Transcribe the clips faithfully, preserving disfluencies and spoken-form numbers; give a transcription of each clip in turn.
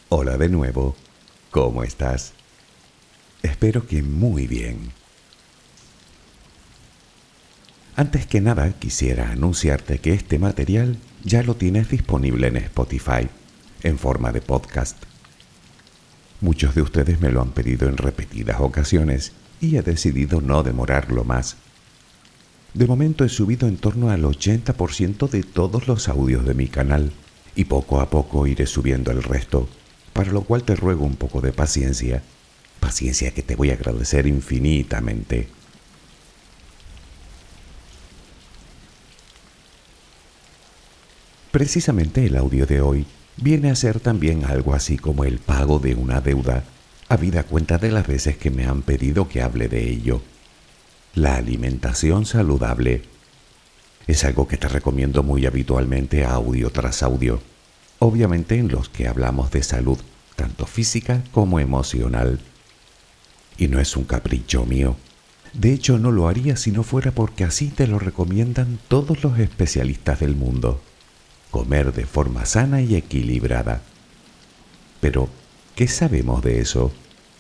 Hola de nuevo, ¿cómo estás? Espero que muy bien. Antes que nada quisiera anunciarte que este material ya lo tienes disponible en Spotify, en forma de podcast. Muchos de ustedes me lo han pedido en repetidas ocasiones y he decidido no demorarlo más. De momento he subido en torno al ochenta por ciento de todos los audios de mi canal y poco a poco iré subiendo el resto, para lo cual te ruego un poco de paciencia, paciencia que te voy a agradecer infinitamente. Precisamente el audio de hoy viene a ser también algo así como el pago de una deuda, habida cuenta de las veces que me han pedido que hable de ello. La alimentación saludable es algo que te recomiendo muy habitualmente audio tras audio, obviamente en los que hablamos de salud, tanto física como emocional. Y no es un capricho mío. De hecho, no lo haría si no fuera porque así te lo recomiendan todos los especialistas del mundo. Comer de forma sana y equilibrada. Pero, ¿qué sabemos de eso?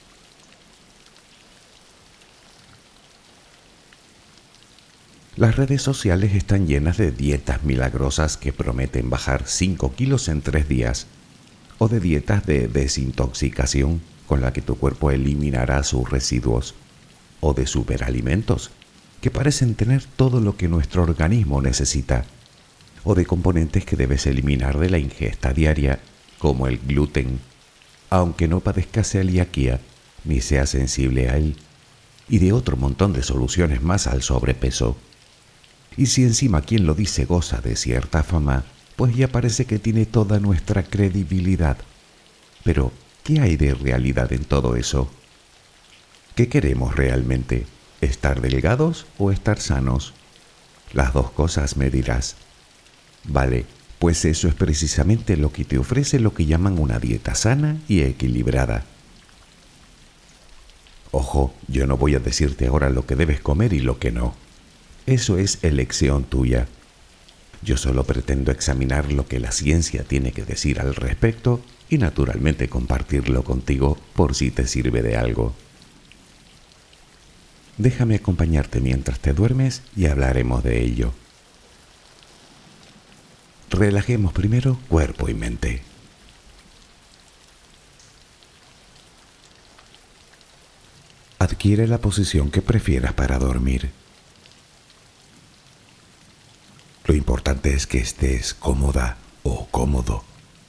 Las redes sociales están llenas de dietas milagrosas que prometen bajar cinco kilos en tres días, o de dietas de desintoxicación con la que tu cuerpo eliminará sus residuos, o de superalimentos que parecen tener todo lo que nuestro organismo necesita, o de componentes que debes eliminar de la ingesta diaria, como el gluten, aunque no padezcas celiaquía ni seas sensible a él, y de otro montón de soluciones más al sobrepeso. Y si encima quien lo dice goza de cierta fama, pues ya parece que tiene toda nuestra credibilidad. Pero, ¿qué hay de realidad en todo eso? ¿Qué queremos realmente? ¿Estar delgados o estar sanos? Las dos cosas, me dirás. Vale, pues eso es precisamente lo que te ofrece lo que llaman una dieta sana y equilibrada. Ojo, yo no voy a decirte ahora lo que debes comer y lo que no. Eso es elección tuya. Yo solo pretendo examinar lo que la ciencia tiene que decir al respecto y naturalmente compartirlo contigo por si te sirve de algo. Déjame acompañarte mientras te duermes y hablaremos de ello. Relajemos primero cuerpo y mente. Adquiere la posición que prefieras para dormir. Lo importante es que estés cómoda o cómodo.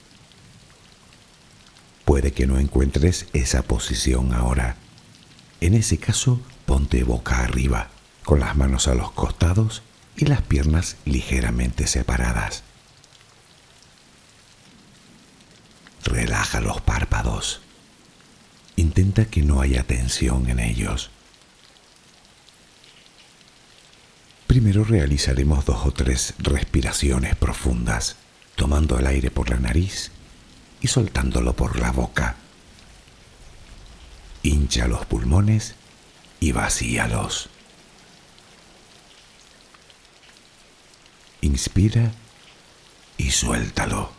Puede que no encuentres esa posición ahora. En ese caso, ponte boca arriba, con las manos a los costados y las piernas ligeramente separadas. Relaja los párpados. Intenta que no haya tensión en ellos. Primero realizaremos dos o tres respiraciones profundas, tomando el aire por la nariz y soltándolo por la boca. Hincha los pulmones y vacíalos. Inspira y suéltalo.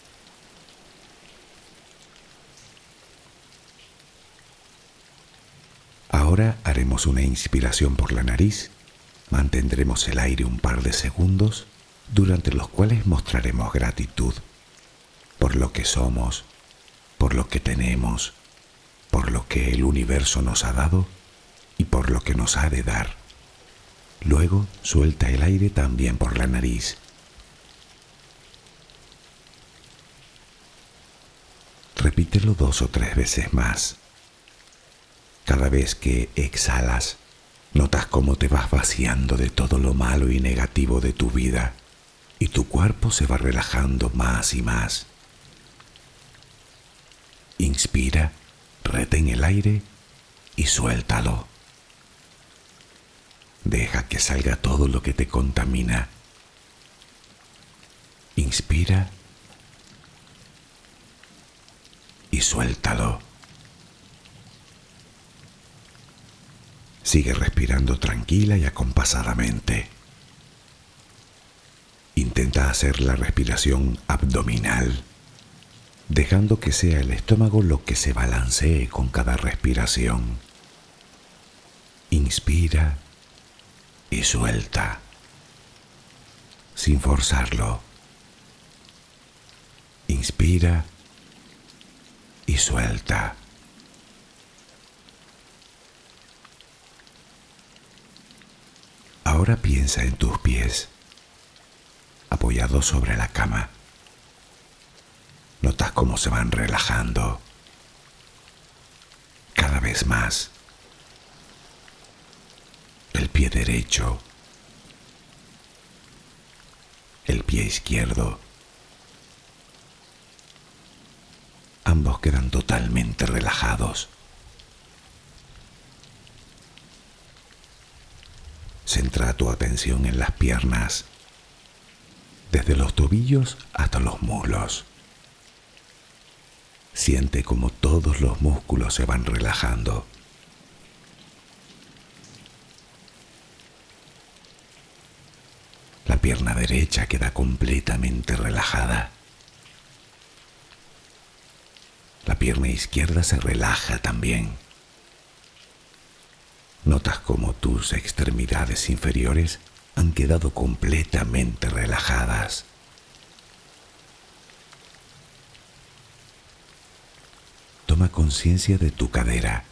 Ahora haremos una inspiración por la nariz. Mantendremos el aire un par de segundos, durante los cuales mostraremos gratitud por lo que somos, por lo que tenemos, por lo que el universo nos ha dado y por lo que nos ha de dar. Luego suelta el aire también por la nariz. Repítelo dos o tres veces más. Cada vez que exhalas, notas cómo te vas vaciando de todo lo malo y negativo de tu vida y tu cuerpo se va relajando más y más. Inspira, retén el aire y suéltalo. Deja que salga todo lo que te contamina. Inspira y suéltalo. Sigue respirando tranquila y acompasadamente. Intenta hacer la respiración abdominal. dejando que sea el estómago lo que se balancee con cada respiración. Inspira y suelta, sin forzarlo. Inspira y suelta. Ahora piensa en tus pies, apoyados sobre la cama. Notas cómo se van relajando cada vez más. El pie derecho, el pie izquierdo. Ambos quedan totalmente relajados. Centra tu atención en las piernas, desde los tobillos hasta los muslos. Siente como todos los músculos se van relajando. La pierna derecha queda completamente relajada. La pierna izquierda se relaja también. Notas como tus extremidades inferiores han quedado completamente relajadas. Toma conciencia de tu cadera.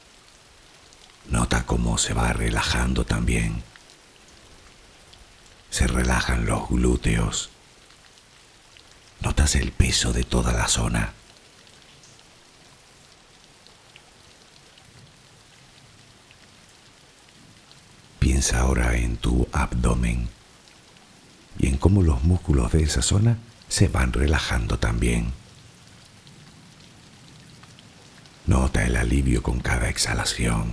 Nota cómo se va relajando también. Se relajan los glúteos. Notas el peso de toda la zona. Piensa ahora en tu abdomen y en cómo los músculos de esa zona se van relajando también. Nota el alivio con cada exhalación.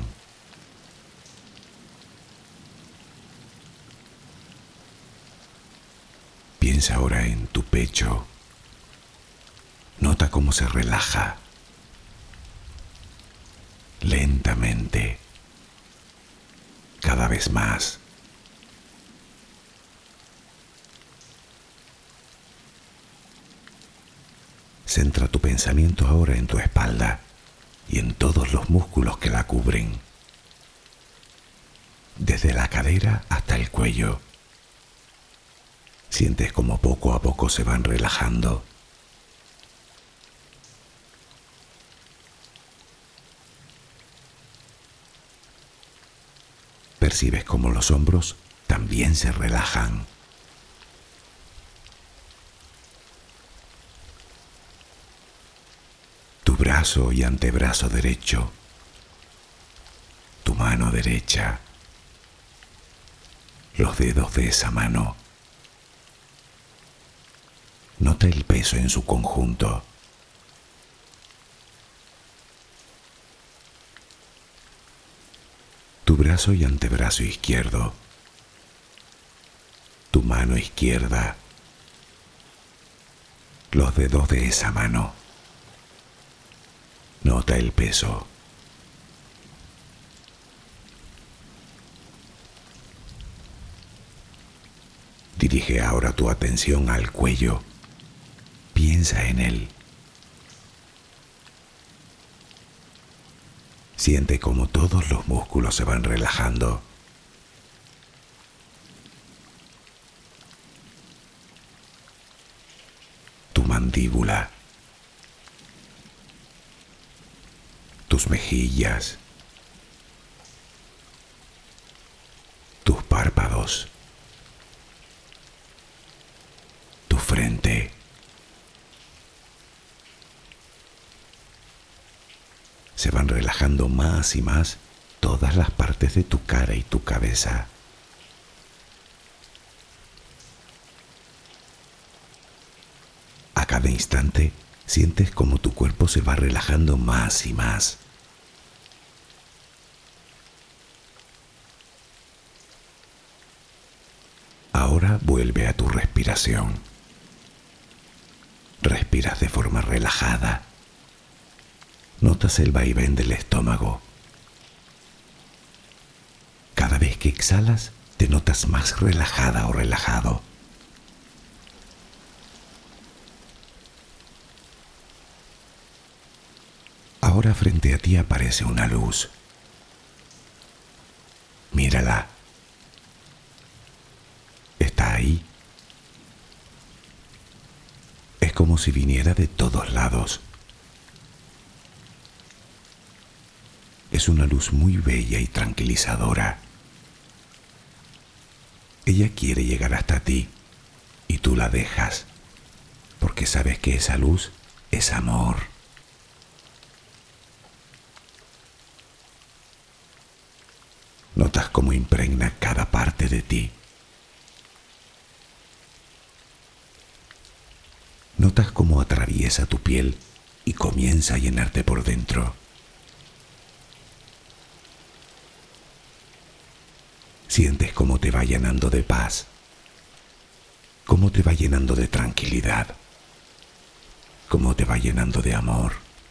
Piensa ahora en tu pecho. Nota cómo se relaja lentamente, cada vez más. Centra tu pensamiento ahora en tu espalda y en todos los músculos que la cubren, desde la cadera hasta el cuello. Sientes como poco a poco se van relajando. Percibes como los hombros también se relajan. Tu brazo y antebrazo derecho, tu mano derecha, los dedos de esa mano. Nota el peso en su conjunto. Tu brazo y antebrazo izquierdo, tu mano izquierda, los dedos de esa mano. Nota el peso. Dirige ahora tu atención al cuello. Piensa en él. Siente como todos los músculos se van relajando. Tu mandíbula, tus mejillas, tus párpados, tu frente. Se van relajando más y más todas las partes de tu cara y tu cabeza. A cada instante sientes como tu cuerpo se va relajando más y más. Ahora vuelve a tu respiración. Respiras de forma relajada. Notas el vaivén del estómago. Cada vez que exhalas, te notas más relajada o relajado. Ahora frente a ti aparece una luz. Mírala. Está ahí. Es como si viniera de todos lados. Es una luz muy bella y tranquilizadora. Ella quiere llegar hasta ti y tú la dejas, porque sabes que esa luz es amor. Notas cómo impregna cada parte de ti. Notas cómo atraviesa tu piel y comienza a llenarte por dentro. Sientes cómo te va llenando de paz, cómo te va llenando de tranquilidad, cómo te va llenando de amor.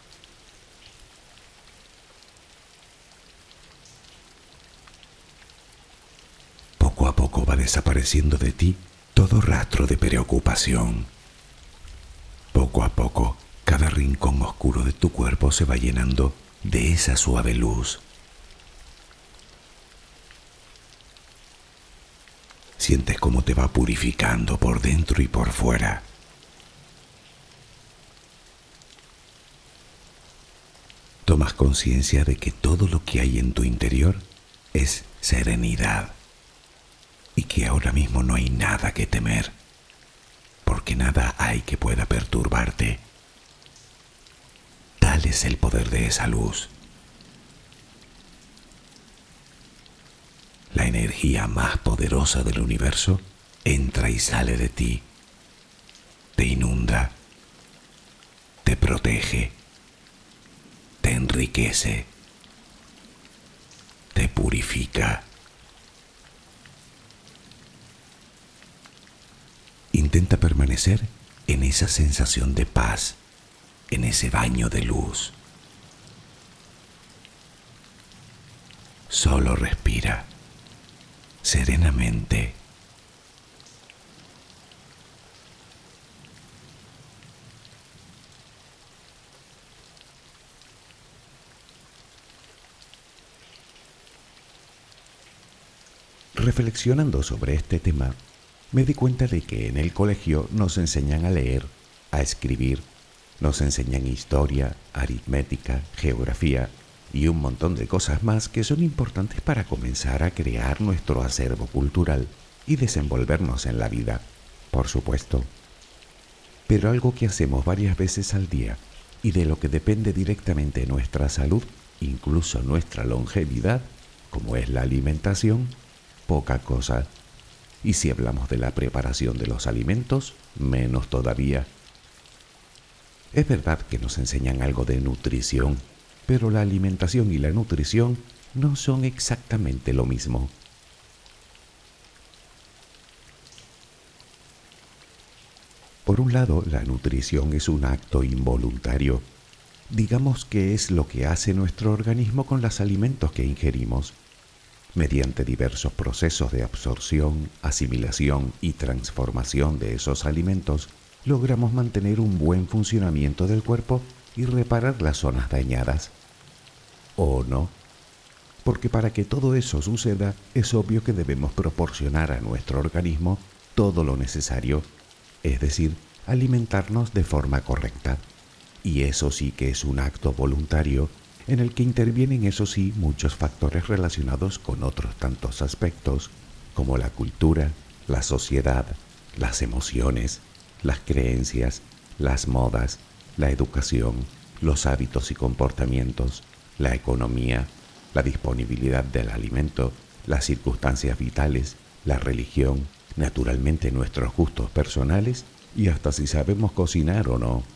Poco a poco va desapareciendo de ti todo rastro de preocupación. Poco a poco, cada rincón oscuro de tu cuerpo se va llenando de esa suave luz. Sientes cómo te va purificando por dentro y por fuera. Tomas conciencia de que todo lo que hay en tu interior es serenidad y que ahora mismo no hay nada que temer, porque nada hay que pueda perturbarte. Tal es el poder de esa luz. La energía más poderosa del universo entra y sale de ti, te inunda, te protege, te enriquece, te purifica. Intenta permanecer en esa sensación de paz, en ese baño de luz. Solo respira serenamente. Reflexionando sobre este tema, me di cuenta de que en el colegio nos enseñan a leer, a escribir, nos enseñan historia, aritmética, geografía y un montón de cosas más que son importantes para comenzar a crear nuestro acervo cultural y desenvolvernos en la vida, por supuesto. Pero algo que hacemos varias veces al día y de lo que depende directamente nuestra salud, incluso nuestra longevidad, como es la alimentación, poca cosa. Y si hablamos de la preparación de los alimentos, menos todavía. Es verdad que nos enseñan algo de nutrición, pero la alimentación y la nutrición no son exactamente lo mismo. Por un lado, la nutrición es un acto involuntario. Digamos que es lo que hace nuestro organismo con los alimentos que ingerimos. Mediante diversos procesos de absorción, asimilación y transformación de esos alimentos, logramos mantener un buen funcionamiento del cuerpo y reparar las zonas dañadas. ¿O no? Porque para que todo eso suceda, es obvio que debemos proporcionar a nuestro organismo todo lo necesario, es decir, alimentarnos de forma correcta. Y eso sí que es un acto voluntario, en el que intervienen, eso sí, muchos factores relacionados con otros tantos aspectos, como la cultura, la sociedad, las emociones, las creencias, las modas, la educación, los hábitos y comportamientos, la economía, la disponibilidad del alimento, las circunstancias vitales, la religión, naturalmente nuestros gustos personales y hasta si sabemos cocinar o no.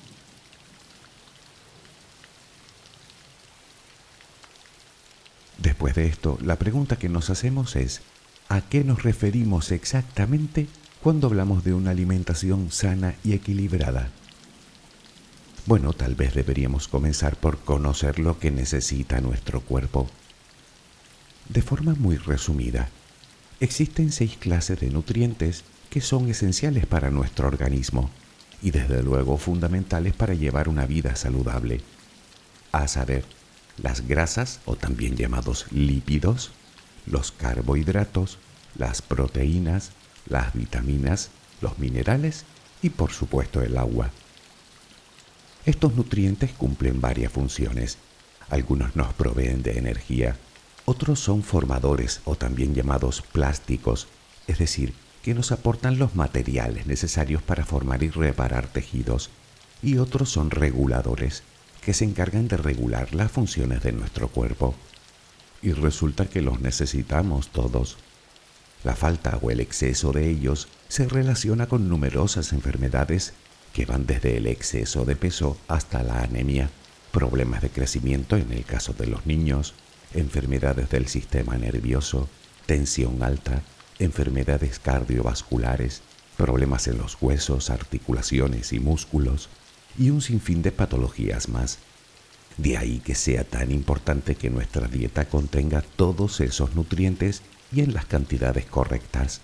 Después de esto, la pregunta que nos hacemos es, ¿a qué nos referimos exactamente cuando hablamos de una alimentación sana y equilibrada? Bueno, tal vez deberíamos comenzar por conocer lo que necesita nuestro cuerpo. De forma muy resumida, existen seis clases de nutrientes que son esenciales para nuestro organismo y desde luego fundamentales para llevar una vida saludable. a saber, las grasas o también llamados lípidos, los carbohidratos, las proteínas, las vitaminas, los minerales y por supuesto el agua. Estos nutrientes cumplen varias funciones. Algunos nos proveen de energía, otros son formadores o también llamados plásticos, es decir, que nos aportan los materiales necesarios para formar y reparar tejidos, y otros son reguladores, que se encargan de regular las funciones de nuestro cuerpo. Y resulta que los necesitamos todos. La falta o el exceso de ellos se relaciona con numerosas enfermedades que van desde el exceso de peso hasta la anemia, problemas de crecimiento en el caso de los niños, enfermedades del sistema nervioso, tensión alta, enfermedades cardiovasculares, problemas en los huesos, articulaciones y músculos, y un sinfín de patologías más. De ahí que sea tan importante que nuestra dieta contenga todos esos nutrientes y en las cantidades correctas.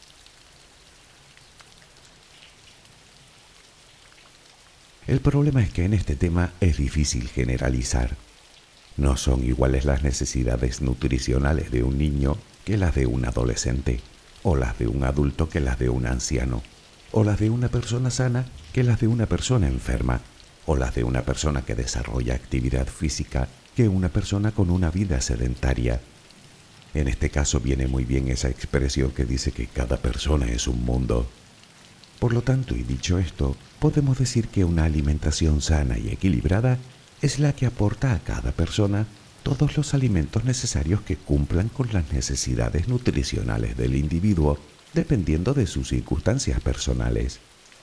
El problema es que en este tema es difícil generalizar. No son iguales las necesidades nutricionales de un niño que las de un adolescente, o las de un adulto que las de un anciano, o las de una persona sana que las de una persona enferma, o las de una persona que desarrolla actividad física que una persona con una vida sedentaria. En este caso viene muy bien esa expresión que dice que cada persona es un mundo. Por lo tanto, y dicho esto, podemos decir que una alimentación sana y equilibrada es la que aporta a cada persona todos los alimentos necesarios que cumplan con las necesidades nutricionales del individuo, dependiendo de sus circunstancias personales.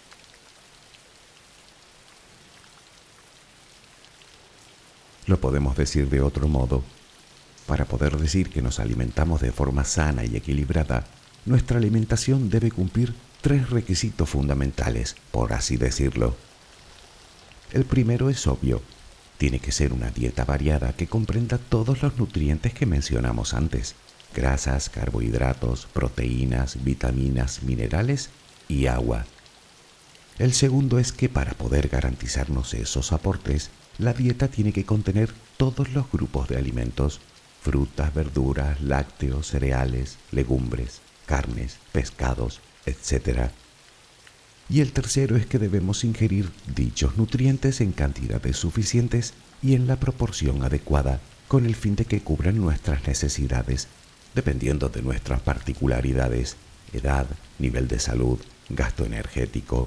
Lo podemos decir de otro modo. Para poder decir que nos alimentamos de forma sana y equilibrada, nuestra alimentación debe cumplir tres requisitos fundamentales, por así decirlo. El primero es obvio. Tiene que ser una dieta variada que comprenda todos los nutrientes que mencionamos antes: grasas, carbohidratos, proteínas, vitaminas, minerales y agua. El segundo es que para poder garantizarnos esos aportes, la dieta tiene que contener todos los grupos de alimentos: frutas, verduras, lácteos, cereales, legumbres, carnes, pescados, etcétera. Y el tercero es que debemos ingerir dichos nutrientes en cantidades suficientes y en la proporción adecuada, con el fin de que cubran nuestras necesidades, dependiendo de nuestras particularidades, edad, nivel de salud, gasto energético.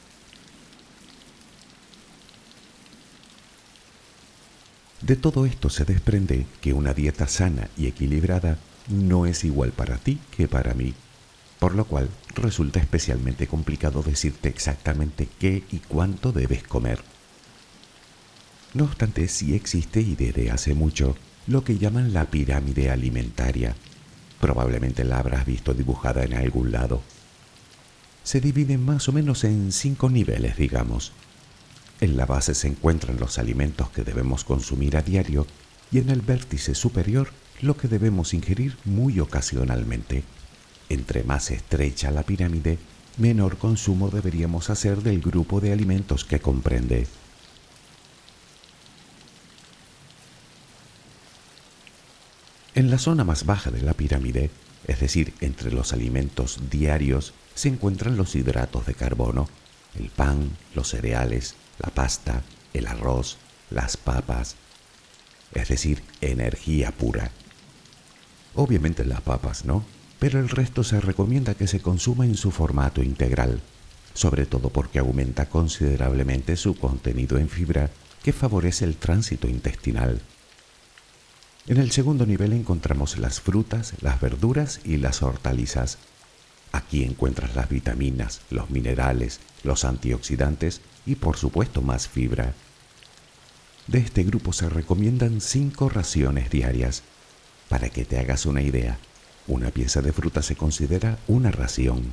De todo esto se desprende que una dieta sana y equilibrada no es igual para ti que para mí, por lo cual resulta especialmente complicado decirte exactamente qué y cuánto debes comer. No obstante, sí existe, y desde hace mucho, lo que llaman la pirámide alimentaria. Probablemente la habrás visto dibujada en algún lado. Se divide más o menos en cinco niveles, digamos. En la base se encuentran los alimentos que debemos consumir a diario y en el vértice superior lo que debemos ingerir muy ocasionalmente. Entre más estrecha la pirámide, menor consumo deberíamos hacer del grupo de alimentos que comprende. En la zona más baja de la pirámide, es decir, entre los alimentos diarios, se encuentran los hidratos de carbono, el pan, los cereales, la pasta, el arroz, las papas, es decir, energía pura. Obviamente las papas, ¿no? Pero el resto se recomienda que se consuma en su formato integral, sobre todo porque aumenta considerablemente su contenido en fibra, que favorece el tránsito intestinal. En el segundo nivel encontramos las frutas, las verduras y las hortalizas. Aquí encuentras las vitaminas, los minerales, los antioxidantes y por supuesto más fibra. De este grupo se recomiendan cinco raciones diarias. Para que te hagas una idea, una pieza de fruta se considera una ración.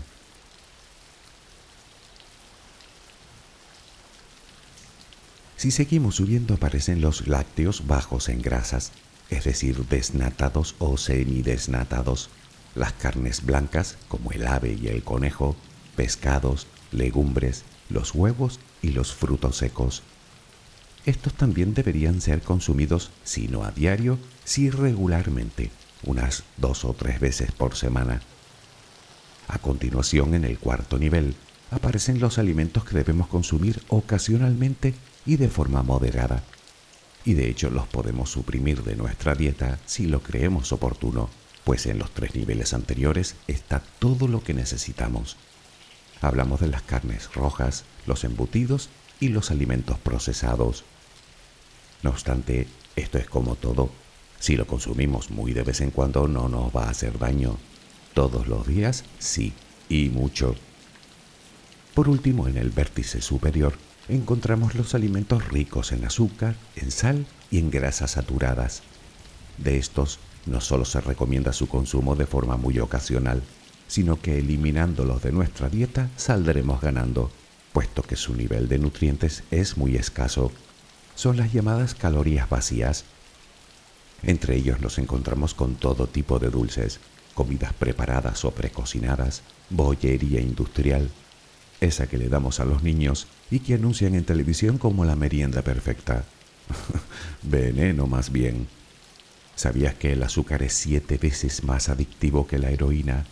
Si seguimos subiendo aparecen los lácteos bajos en grasas, es decir, desnatados o semidesnatados, las carnes blancas como el ave y el conejo, pescados, legumbres, los huevos y los frutos secos. Estos también deberían ser consumidos, si no a diario, sí regularmente, unas dos o tres veces por semana. A continuación, en el cuarto nivel, aparecen los alimentos que debemos consumir ocasionalmente y de forma moderada. Y de hecho los podemos suprimir de nuestra dieta si lo creemos oportuno, pues en los tres niveles anteriores está todo lo que necesitamos. Hablamos de las carnes rojas, los embutidos y los alimentos procesados. No obstante, esto es como todo. Si lo consumimos muy de vez en cuando no nos va a hacer daño. Todos los días, sí, y mucho. Por último, en el vértice superior, encontramos los alimentos ricos en azúcar, en sal y en grasas saturadas. De estos, no solo se recomienda su consumo de forma muy ocasional, sino que eliminándolos de nuestra dieta saldremos ganando, puesto que su nivel de nutrientes es muy escaso. Son las llamadas calorías vacías. Entre ellos nos encontramos con todo tipo de dulces, comidas preparadas o precocinadas, bollería industrial, esa que le damos a los niños y que anuncian en televisión como la merienda perfecta. Veneno más bien. ¿Sabías que el azúcar es siete veces más adictivo que la heroína?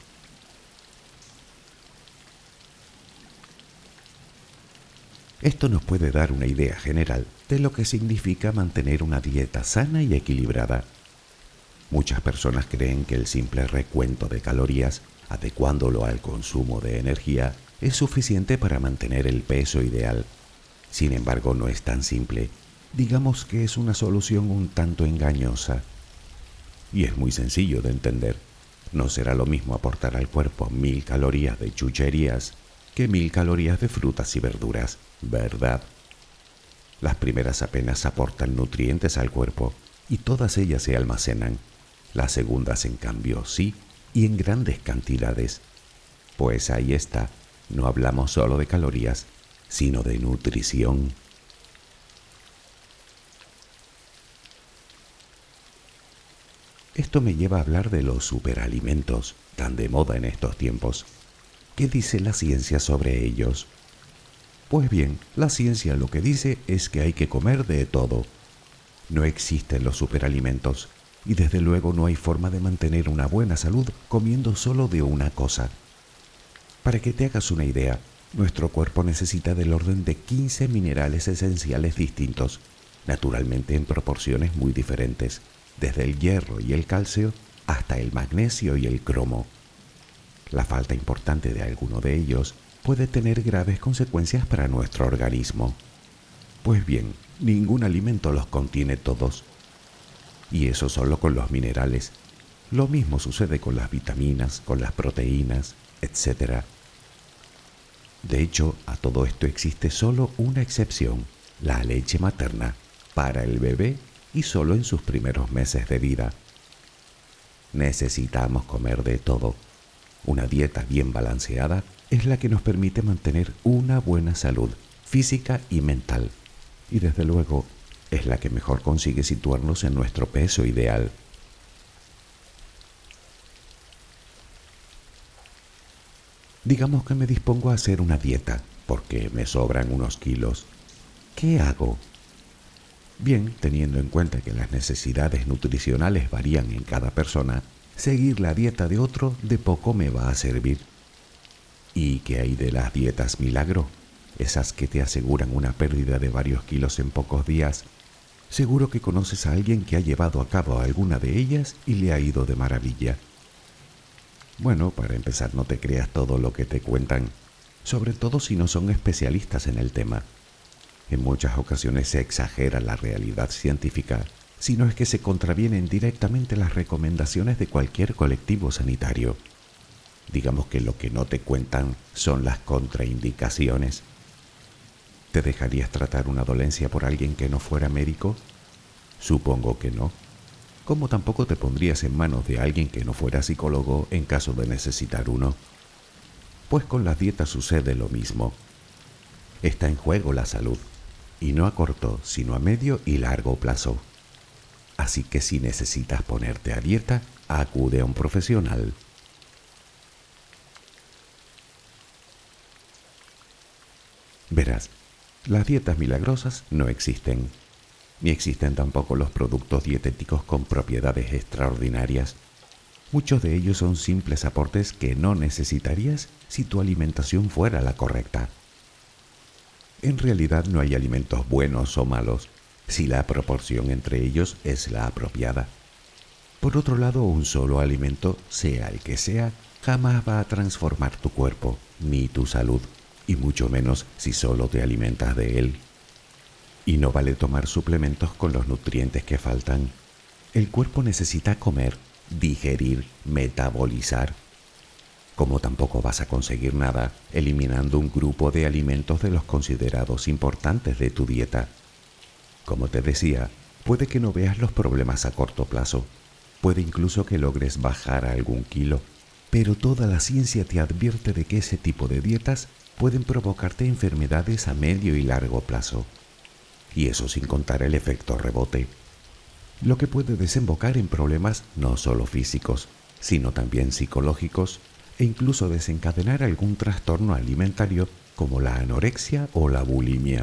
Esto nos puede dar una idea general de lo que significa mantener una dieta sana y equilibrada. Muchas personas creen que el simple recuento de calorías, adecuándolo al consumo de energía, es suficiente para mantener el peso ideal. Sin embargo, no es tan simple. Digamos que es una solución un tanto engañosa. Y es muy sencillo de entender. No será lo mismo aportar al cuerpo mil calorías de chucherías que mil calorías de frutas y verduras, ¿verdad? Las primeras apenas aportan nutrientes al cuerpo y todas ellas se almacenan. Las segundas, en cambio, sí, y en grandes cantidades. Pues ahí está, no hablamos solo de calorías, sino de nutrición. Esto me lleva a hablar de los superalimentos, tan de moda en estos tiempos. ¿Qué dice la ciencia sobre ellos? Pues bien, la ciencia lo que dice es que hay que comer de todo. No existen los superalimentos y desde luego no hay forma de mantener una buena salud comiendo solo de una cosa. Para que te hagas una idea, nuestro cuerpo necesita del orden de quince minerales esenciales distintos, naturalmente en proporciones muy diferentes, desde el hierro y el calcio hasta el magnesio y el cromo. La falta importante de alguno de ellos puede tener graves consecuencias para nuestro organismo. Pues bien, ningún alimento los contiene todos. Y eso solo con los minerales. Lo mismo sucede con las vitaminas, con las proteínas, etcétera. De hecho, a todo esto existe solo una excepción, la leche materna, para el bebé y solo en sus primeros meses de vida. Necesitamos comer de todo. Una dieta bien balanceada es la que nos permite mantener una buena salud física y mental. Y desde luego, es la que mejor consigue situarnos en nuestro peso ideal. Digamos que me dispongo a hacer una dieta porque me sobran unos kilos. ¿Qué hago? Bien, teniendo en cuenta que las necesidades nutricionales varían en cada persona, seguir la dieta de otro de poco me va a servir. ¿Y qué hay de las dietas milagro? Esas que te aseguran una pérdida de varios kilos en pocos días. Seguro que conoces a alguien que ha llevado a cabo alguna de ellas y le ha ido de maravilla. Bueno, para empezar, no te creas todo lo que te cuentan, sobre todo si no son especialistas en el tema. En muchas ocasiones se exagera la realidad científica, si no es que se contravienen directamente las recomendaciones de cualquier colectivo sanitario. Digamos que lo que no te cuentan son las contraindicaciones. ¿Te dejarías tratar una dolencia por alguien que no fuera médico? Supongo que no. Como tampoco te pondrías en manos de alguien que no fuera psicólogo en caso de necesitar uno. Pues con las dietas sucede lo mismo. Está en juego la salud, y no a corto, sino a medio y largo plazo. Así que si necesitas ponerte a dieta, acude a un profesional. Verás, Las dietas milagrosas no existen, ni existen tampoco los productos dietéticos con propiedades extraordinarias. Muchos de ellos son simples aportes que no necesitarías si tu alimentación fuera la correcta. En realidad no hay alimentos buenos o malos, si la proporción entre ellos es la apropiada. Por otro lado, un solo alimento, sea el que sea, jamás va a transformar tu cuerpo, ni tu salud, y mucho menos si solo te alimentas de él. Y no vale tomar suplementos con los nutrientes que faltan. El cuerpo necesita comer, digerir, metabolizar. Como tampoco vas a conseguir nada eliminando un grupo de alimentos de los considerados importantes de tu dieta. Como te decía, puede que no veas los problemas a corto plazo, puede incluso que logres bajar algún kilo, pero toda la ciencia te advierte de que ese tipo de dietas pueden provocarte enfermedades a medio y largo plazo. Y eso sin contar el efecto rebote, lo que puede desembocar en problemas no solo físicos, sino también psicológicos, e incluso desencadenar algún trastorno alimentario como la anorexia o la bulimia.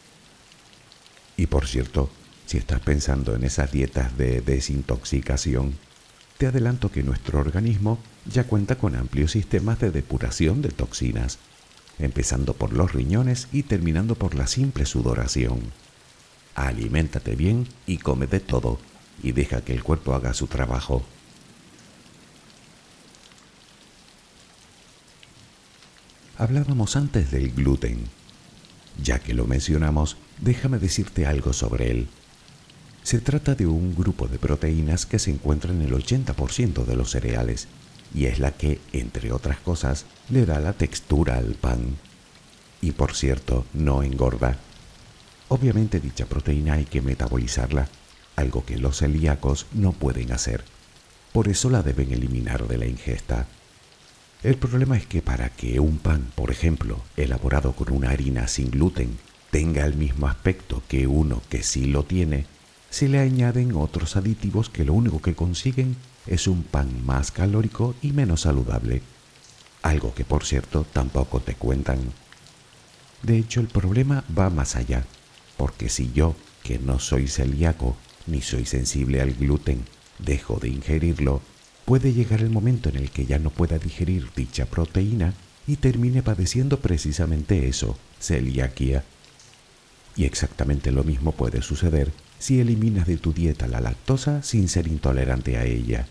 Y por cierto, si estás pensando en esas dietas de desintoxicación, te adelanto que nuestro organismo ya cuenta con amplios sistemas de depuración de toxinas, empezando por los riñones y terminando por la simple sudoración. Aliméntate bien y come de todo, y deja que el cuerpo haga su trabajo. Hablábamos antes del gluten. Ya que lo mencionamos, déjame decirte algo sobre él. Se trata de un grupo de proteínas que se encuentra en el ochenta por ciento de los cereales y es la que, entre otras cosas, le da la textura al pan. Y por cierto, no engorda. Obviamente dicha proteína hay que metabolizarla, algo que los celíacos no pueden hacer. Por eso la deben eliminar de la ingesta. El problema es que para que un pan, por ejemplo, elaborado con una harina sin gluten, tenga el mismo aspecto que uno que sí lo tiene, se le añaden otros aditivos que lo único que consiguen es un pan más calórico y menos saludable. Algo que, por cierto, tampoco te cuentan. De hecho, el problema va más allá, porque si yo, que no soy celíaco ni soy sensible al gluten, dejo de ingerirlo, puede llegar el momento en el que ya no pueda digerir dicha proteína y termine padeciendo precisamente eso, celiaquía. Y exactamente lo mismo puede suceder si eliminas de tu dieta la lactosa sin ser intolerante a ella.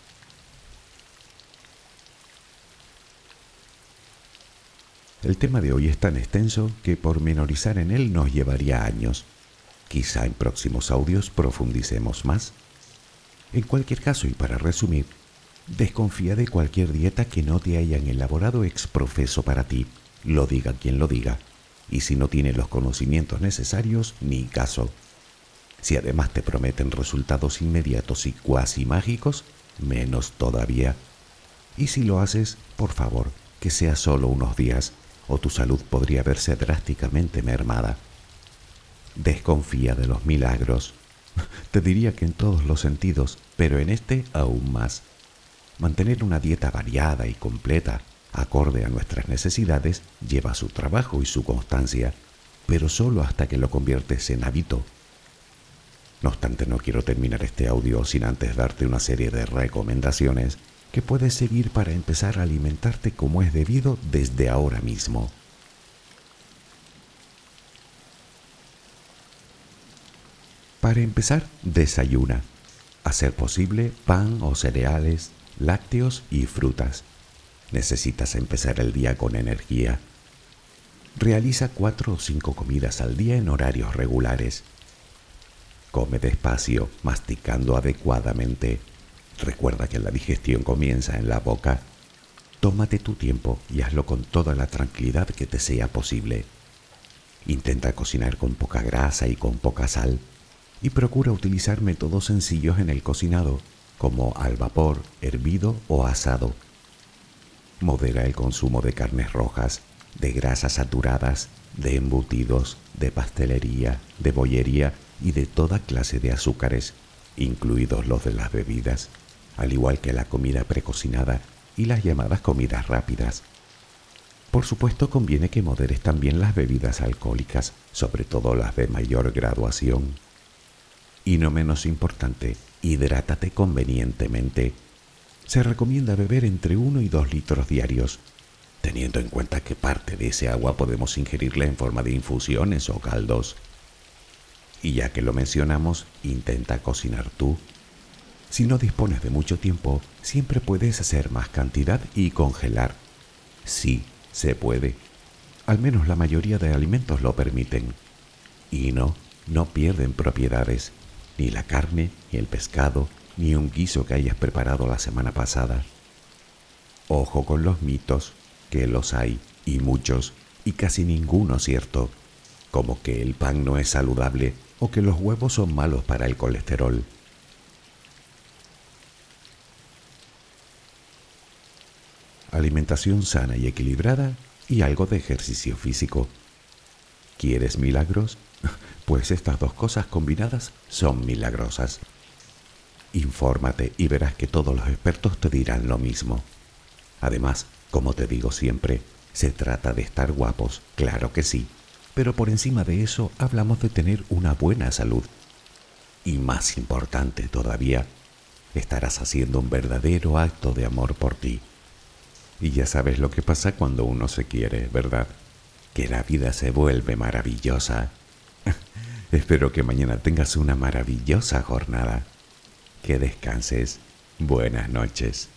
El tema de hoy es tan extenso que pormenorizar en él nos llevaría años. Quizá en próximos audios profundicemos más. En cualquier caso, y para resumir, desconfía de cualquier dieta que no te hayan elaborado ex profeso para ti, lo diga quien lo diga, y si no tiene los conocimientos necesarios, ni caso. Si además te prometen resultados inmediatos y cuasi mágicos, menos todavía. Y si lo haces, por favor, que sea solo unos días, o tu salud podría verse drásticamente mermada. Desconfía de los milagros. Te diría que en todos los sentidos, pero en este aún más. Mantener una dieta variada y completa, acorde a nuestras necesidades, lleva su trabajo y su constancia, pero solo hasta que lo conviertes en hábito. No obstante, no quiero terminar este audio sin antes darte una serie de recomendaciones que puedes seguir para empezar a alimentarte como es debido desde ahora mismo. Para empezar, desayuna. A ser posible, pan o cereales, lácteos y frutas. Necesitas empezar el día con energía. Realiza cuatro o cinco comidas al día en horarios regulares. Come despacio, masticando adecuadamente. Recuerda que la digestión comienza en la boca. Tómate tu tiempo y hazlo con toda la tranquilidad que te sea posible. Intenta cocinar con poca grasa y con poca sal. Y procura utilizar métodos sencillos en el cocinado, como al vapor, hervido o asado. Modera el consumo de carnes rojas, de grasas saturadas, de embutidos, de pastelería, de bollería y de toda clase de azúcares, incluidos los de las bebidas, al igual que la comida precocinada y las llamadas comidas rápidas. Por supuesto, conviene que moderes también las bebidas alcohólicas, sobre todo las de mayor graduación. Y no menos importante, hidrátate convenientemente. Se recomienda beber entre uno y dos litros diarios, teniendo en cuenta que parte de ese agua podemos ingerirla en forma de infusiones o caldos. Y ya que lo mencionamos, intenta cocinar tú. Si no dispones de mucho tiempo, siempre puedes hacer más cantidad y congelar. Sí, se puede. Al menos la mayoría de alimentos lo permiten. Y no, no pierden propiedades, ni la carne, ni el pescado, ni un guiso que hayas preparado la semana pasada. Ojo con los mitos, que los hay, y muchos, y casi ninguno cierto, como que el pan no es saludable o que los huevos son malos para el colesterol. Alimentación sana y equilibrada y algo de ejercicio físico. ¿Quieres milagros? Pues estas dos cosas combinadas son milagrosas. Infórmate y verás que todos los expertos te dirán lo mismo. Además, como te digo siempre, se trata de estar guapos, claro que sí, pero por encima de eso hablamos de tener una buena salud. Y más importante todavía, estarás haciendo un verdadero acto de amor por ti. Y ya sabes lo que pasa cuando uno se quiere, ¿verdad? Que la vida se vuelve maravillosa. Espero que mañana tengas una maravillosa jornada. Que descanses. Buenas noches.